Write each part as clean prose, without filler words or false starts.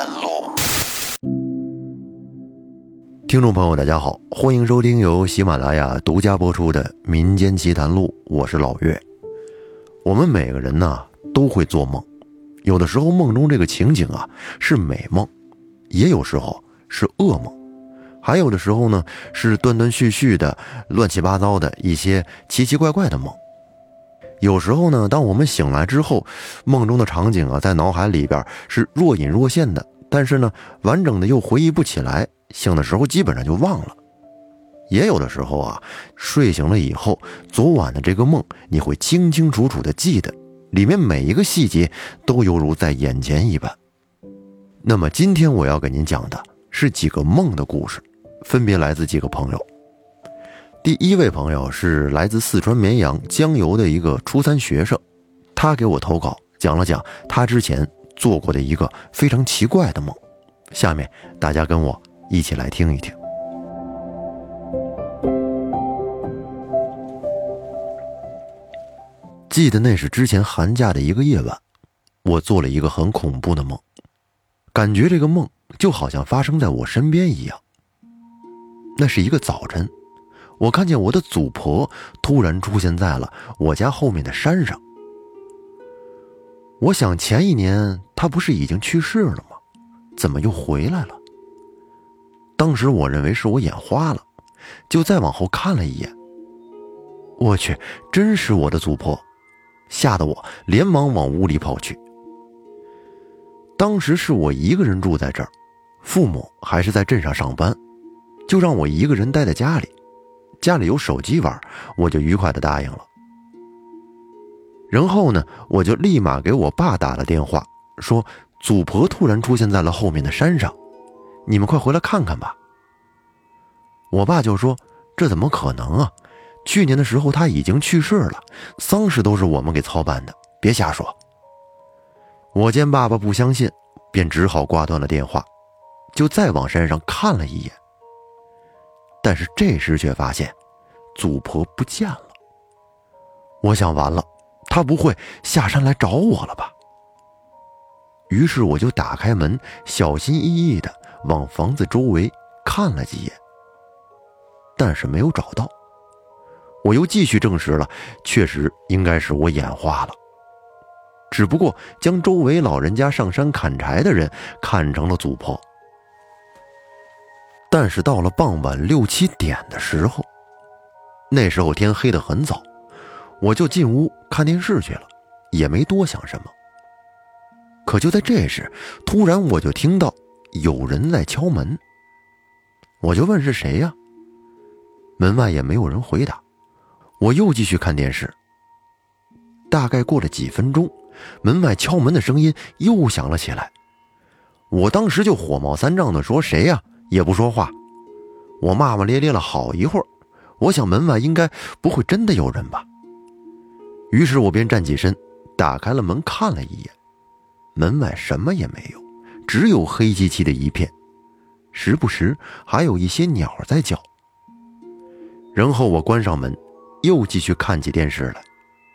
谈录。 听众朋友大家好，欢迎收听由喜马拉雅独家播出的民间奇谈录，我是老岳。我们每个人呢都会做梦，有的时候梦中这个情景啊是美梦，也有时候是噩梦，还有的时候呢是断断续续的乱七八糟的一些奇奇怪怪的梦。有时候呢，当我们醒来之后，梦中的场景啊在脑海里边是若隐若现的，但是呢完整的又回忆不起来，醒的时候基本上就忘了。也有的时候啊，睡醒了以后，昨晚的这个梦你会清清楚楚的记得，里面每一个细节都犹如在眼前一般。那么今天我要给您讲的是几个梦的故事，分别来自几个朋友。第一位朋友是来自四川绵阳江油的一个初3学生，他给我投稿讲了讲他之前做过的一个非常奇怪的梦，下面大家跟我一起来听一听。记得那是之前寒假的一个夜晚，我做了一个很恐怖的梦，感觉这个梦就好像发生在我身边一样。那是一个早晨，我看见我的祖婆突然出现在了我家后面的山上。我想前一年她不是已经去世了吗？怎么又回来了？当时我认为是我眼花了，就再往后看了一眼。我去，真是我的祖婆，吓得我连忙往屋里跑去。当时是我一个人住在这儿，父母还是在镇上上班，就让我一个人待在家里。家里有手机玩，我就愉快地答应了。然后呢，我就立马给我爸打了电话，说祖婆突然出现在了后面的山上，你们快回来看看吧。我爸就说，这怎么可能啊，去年的时候她已经去世了，丧事都是我们给操办的，别瞎说。我见爸爸不相信，便只好挂断了电话，就再往山上看了一眼。但是这时却发现祖婆不见了。我想完了，她不会下山来找我了吧？于是我就打开门，小心翼翼地往房子周围看了几眼，但是没有找到。我又继续证实了，确实应该是我眼花了，只不过将周围老人家上山砍柴的人看成了祖婆。但是到了傍晚6、7点的时候，那时候天黑得很早，我就进屋看电视去了，也没多想什么。可就在这时，突然我就听到有人在敲门，我就问是谁呀？门外也没有人回答，我又继续看电视。大概过了几分钟，门外敲门的声音又响了起来。我当时就火冒三丈地说，谁呀？也不说话。我骂骂咧咧了好一会儿，我想门外应该不会真的有人吧。于是我便站起身，打开了门看了一眼，门外什么也没有，只有黑漆漆的一片，时不时还有一些鸟在叫。然后我关上门，又继续看起电视来。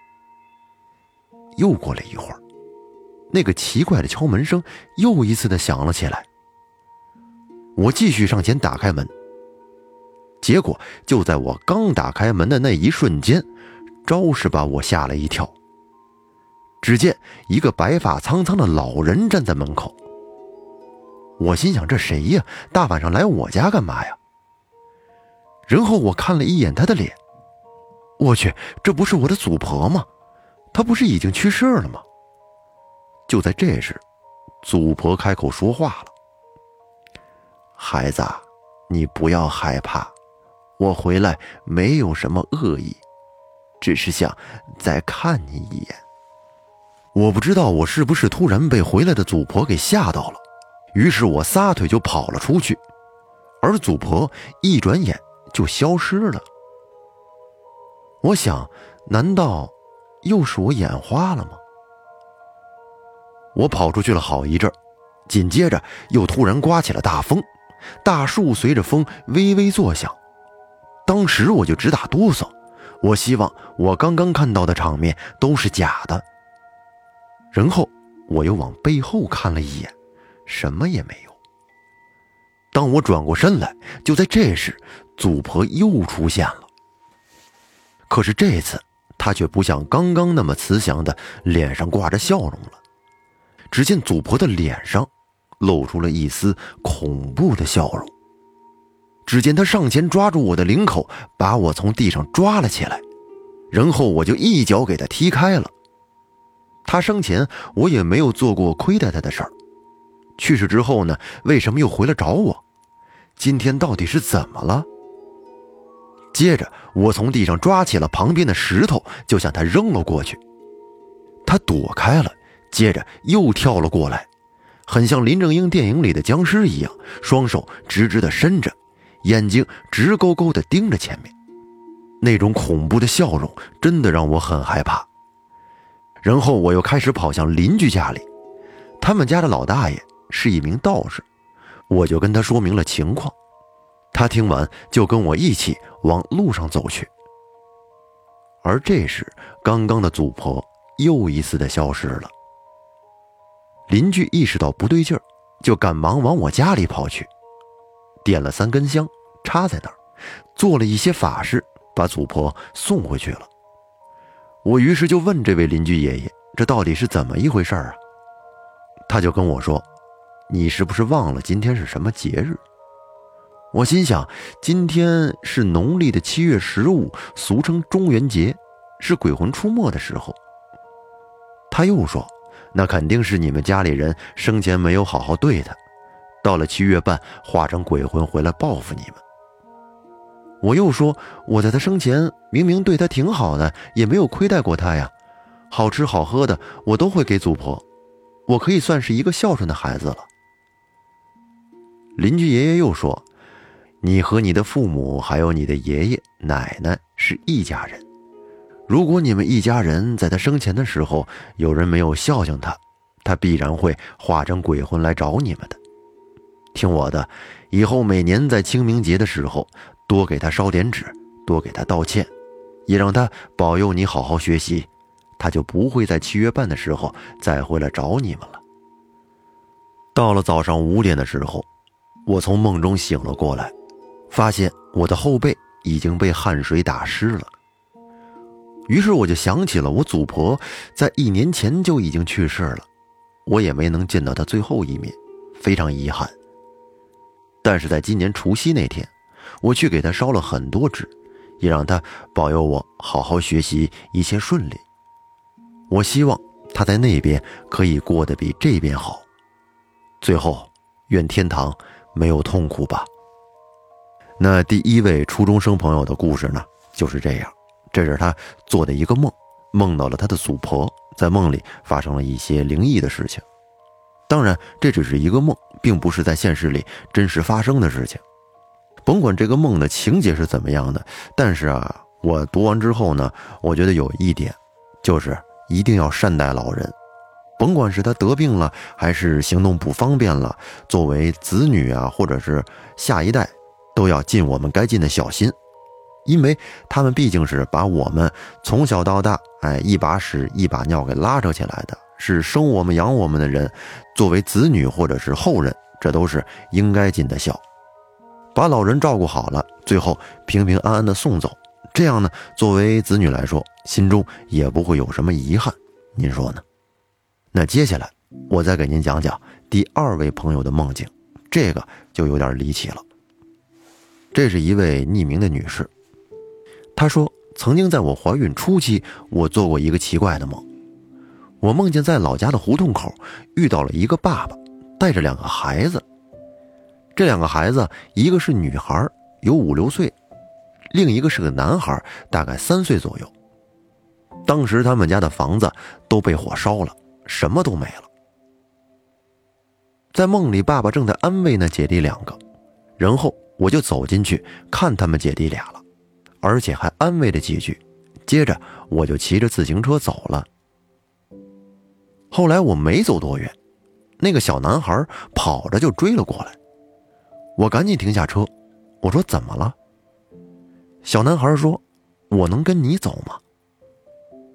又过了一会儿，那个奇怪的敲门声又一次的响了起来。我继续上前打开门，结果就在我刚打开门的那一瞬间，着实把我吓了一跳。只见一个白发苍苍的老人站在门口。我心想，这谁呀？大晚上来我家干嘛呀？然后我看了一眼他的脸，我去，这不是我的祖婆吗？她不是已经去世了吗？就在这时，祖婆开口说话了，孩子，你不要害怕，我回来没有什么恶意，只是想再看你一眼。我不知道我是不是突然被回来的祖婆给吓到了，于是我撒腿就跑了出去，而祖婆一转眼就消失了。我想，难道又是我眼花了吗？我跑出去了好一阵，紧接着又突然刮起了大风，大树随着风微微作响。当时我就直打哆嗦，我希望我刚刚看到的场面都是假的。然后我又往背后看了一眼， 什么也没有。当我转过身来，就在这时，祖婆又出现了。可是这次她却不像刚刚那么慈祥的脸上挂着笑容了，只见祖婆的脸上露出了一丝恐怖的笑容。只见她上前抓住我的领口，把我从地上抓了起来，然后我就一脚给她踢开了。她生前我也没有做过亏待她的事儿，去世之后呢，为什么又回来找我？今天到底是怎么了？接着我从地上抓起了旁边的石头，就向她扔了过去。她躲开了，接着又跳了过来，很像林正英电影里的僵尸一样，双手直直地伸着，眼睛直勾勾地盯着前面。那种恐怖的笑容真的让我很害怕。然后我又开始跑向邻居家里，他们家的老大爷是一名道士，我就跟他说明了情况。他听完就跟我一起往路上走去。而这时，刚刚的祖婆又一次的消失了。邻居意识到不对劲儿，就赶忙往我家里跑去，点了3根香插在那儿，做了一些法事，把祖婆送回去了。我于是就问这位邻居爷爷，这到底是怎么一回事啊？他就跟我说，你是不是忘了今天是什么节日？我心想，今天是农历的7月15，俗称中元节，是鬼魂出没的时候。他又说，那肯定是你们家里人生前没有好好对他，到了7月半化成鬼魂回来报复你们。我又说，我在他生前明明对他挺好的，也没有亏待过他呀，好吃好喝的我都会给祖婆，我可以算是一个孝顺的孩子了。邻居爷爷又说，你和你的父母还有你的爷爷奶奶是一家人，如果你们一家人在他生前的时候有人没有孝敬他，他必然会化成鬼魂来找你们的。听我的，以后每年在清明节的时候多给他烧点纸，多给他道歉，也让他保佑你好好学习，他就不会在7月半的时候再回来找你们了。到了早上5点的时候，我从梦中醒了过来，发现我的后背已经被汗水打湿了。于是我就想起了我祖婆在1年前就已经去世了，我也没能见到她最后一面，非常遗憾。但是在今年除夕那天，我去给她烧了很多纸，也让她保佑我好好学习，一切顺利。我希望她在那边可以过得比这边好。最后，愿天堂没有痛苦吧。那第一位初中生朋友的故事呢，就是这样。这是他做的一个梦，梦到了他的祖婆，在梦里发生了一些灵异的事情。当然，这只是一个梦，并不是在现实里真实发生的事情。甭管这个梦的情节是怎么样的，但是啊，我读完之后呢，我觉得有一点，就是一定要善待老人。甭管是他得病了，还是行动不方便了，作为子女啊，或者是下一代，都要尽我们该尽的小心。因为他们毕竟是把我们从小到大，一把屎一把尿给拉扯起来的，是生我们养我们的人，作为子女或者是后人，这都是应该尽的孝。把老人照顾好了，最后平平安安的送走，这样呢，作为子女来说，心中也不会有什么遗憾，您说呢？那接下来我再给您讲讲第2位朋友的梦境，这个就有点离奇了。这是一位匿名的女士，她说曾经在我怀孕初期，我做过一个奇怪的梦。我梦见在老家的胡同口遇到了一个爸爸，带着2个孩子。这2个孩子，一个是女孩，有5、6岁，另一个是个男孩，大概3岁左右。当时他们家的房子都被火烧了，什么都没了。在梦里，爸爸正在安慰那姐弟2个，然后我就走进去看他们姐弟俩了，而且还安慰了几句，接着我就骑着自行车走了。后来我没走多远，那个小男孩跑着就追了过来，我赶紧停下车，我说怎么了？小男孩说，我能跟你走吗？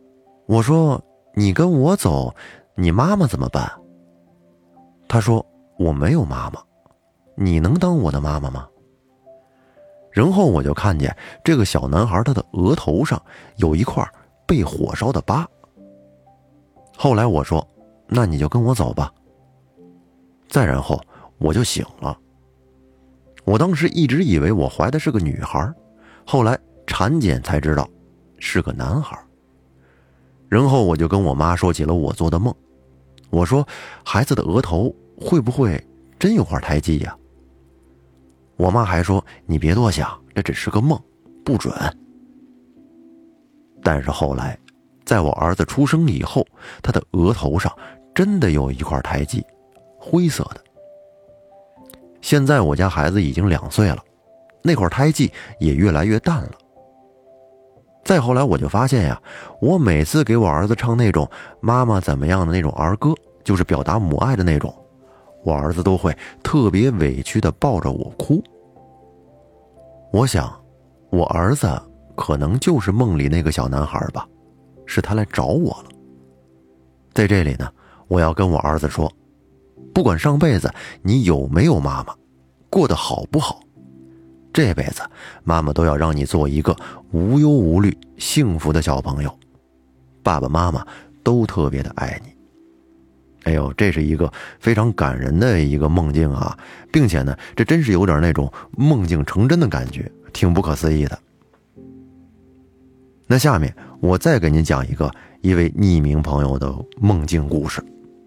我说，你跟我走，你妈妈怎么办？他说， 我没有妈妈，你能当我的妈妈吗？然后我就看见这个小男孩他的额头上有一块被火烧的疤。后来我说，那你就跟我走吧。再然后我就醒了。我当时一直以为我怀的是个女孩，后来产检才知道是个男孩。然后我就跟我妈说起了我做的梦，我说孩子的额头会不会真有块胎记呀？我妈还说你别多想，这只是个梦，不准。但是后来在我儿子出生以后，他的额头上真的有一块胎记，灰色的。现在我家孩子已经2岁了，那块胎记也越来越淡了。再后来我就发现呀，我每次给我儿子唱那种妈妈怎么样的那种儿歌，就是表达母爱的那种，我儿子都会特别委屈地抱着我哭。我想我儿子可能就是梦里那个小男孩吧，是他来找我了。在这里呢，我要跟我儿子说，不管上辈子你有没有妈妈，过得好不好，这辈子妈妈都要让你做一个无忧无虑幸福的小朋友，爸爸妈妈都特别的爱你。哎呦，这是一个非常感人的一个梦境啊，并且呢，这真是有点那种梦境成真的感觉，挺不可思议的。那下面我再给您讲一位匿名朋友的梦境故事。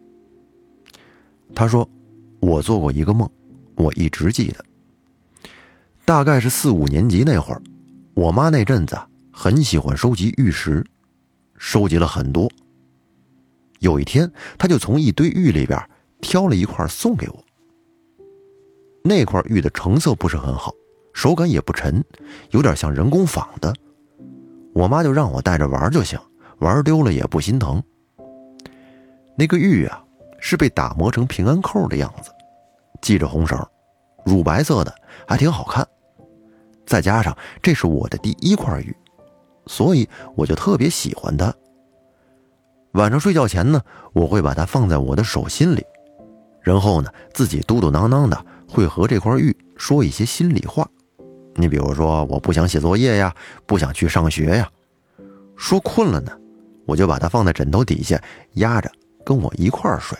他说，我做过一个梦，我一直记得。大概是4、5年级那会儿，我妈那阵子很喜欢收集玉石，收集了很多。有一天，她就从一堆玉里边挑了一块送给我。那块玉的成色不是很好，手感也不沉，有点像人工仿的。我妈就让我带着玩就行，玩丢了也不心疼。那个玉啊，是被打磨成平安扣的样子，系着红绳，乳白色的，还挺好看。再加上这是我的第1块玉，所以我就特别喜欢它。晚上睡觉前呢，我会把它放在我的手心里，然后呢，自己嘟嘟囔囔的会和这块玉说一些心里话。你比如说，我不想写作业呀，不想去上学呀。说困了呢，我就把它放在枕头底下压着，跟我一块儿睡。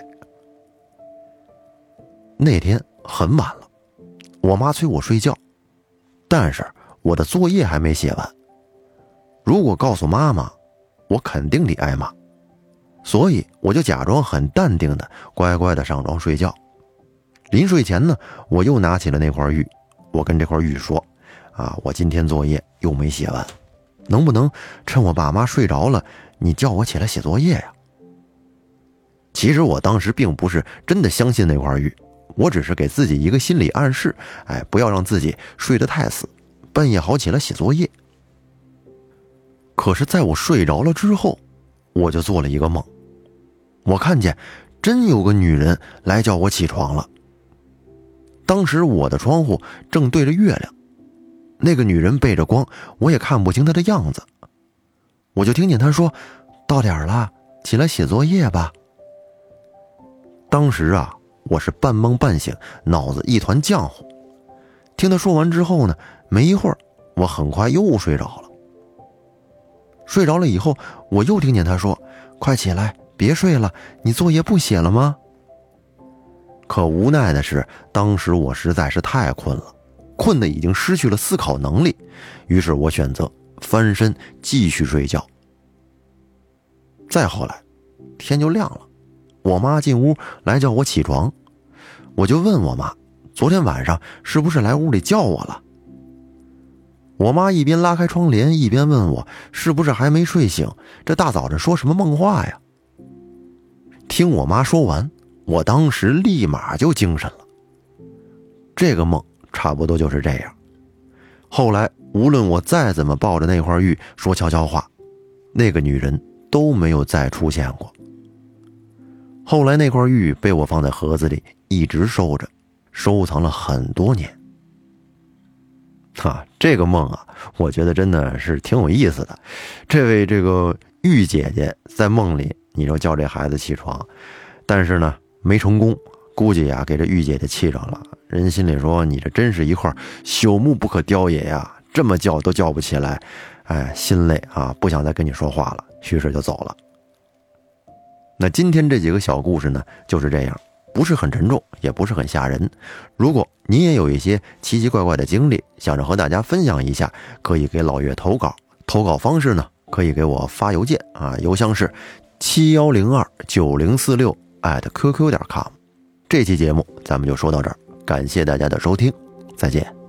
那天很晚了，我妈催我睡觉，但是我的作业还没写完。如果告诉妈妈，我肯定得挨骂，所以我就假装很淡定的乖乖的上床睡觉。临睡前呢，我又拿起了那块玉，我跟这块玉说，我今天作业又没写完，能不能趁我爸妈睡着了，你叫我起来写作业呀？其实我当时并不是真的相信那块玉，我只是给自己一个心理暗示，不要让自己睡得太死，半夜好起来写作业。可是在我睡着了之后，我就做了一个梦，我看见真有个女人来叫我起床了。当时我的窗户正对着月亮，那个女人背着光，我也看不清她的样子。我就听见她说，到点了，起来写作业吧。当时我是半梦半醒，脑子一团浆糊。听她说完之后呢，没一会儿，我很快又睡着了。睡着了以后，我又听见她说，快起来，别睡了，你作业不写了吗？可无奈的是，当时我实在是太困了，困得已经失去了思考能力，于是我选择翻身继续睡觉。再后来，天就亮了，我妈进屋来叫我起床，我就问我妈，昨天晚上是不是来屋里叫我了？我妈一边拉开窗帘，一边问我是不是还没睡醒，这大早晨说什么梦话呀？听我妈说完，我当时立马就精神了。这个梦差不多就是这样。后来无论我再怎么抱着那块玉说悄悄话，那个女人都没有再出现过。后来那块玉被我放在盒子里一直收着，收藏了很多年。这个梦我觉得真的是挺有意思的。这位玉姐姐在梦里，你就叫这孩子起床，但是呢没成功， 估计呀给这玉姐姐气着了，人心里说你这真是一块朽木不可雕也呀，这么叫都叫不起来，哎，心累啊，不想再跟你说话了，于是就走了。那今天这几个小故事呢就是这样，不是很沉重，也不是很吓人。如果你也有一些奇奇怪怪的经历，想着和大家分享一下，可以给老岳投稿。投稿方式呢，可以给我发邮件啊，邮箱是71029046@qq.com。这期节目咱们就说到这儿，感谢大家的收听，再见。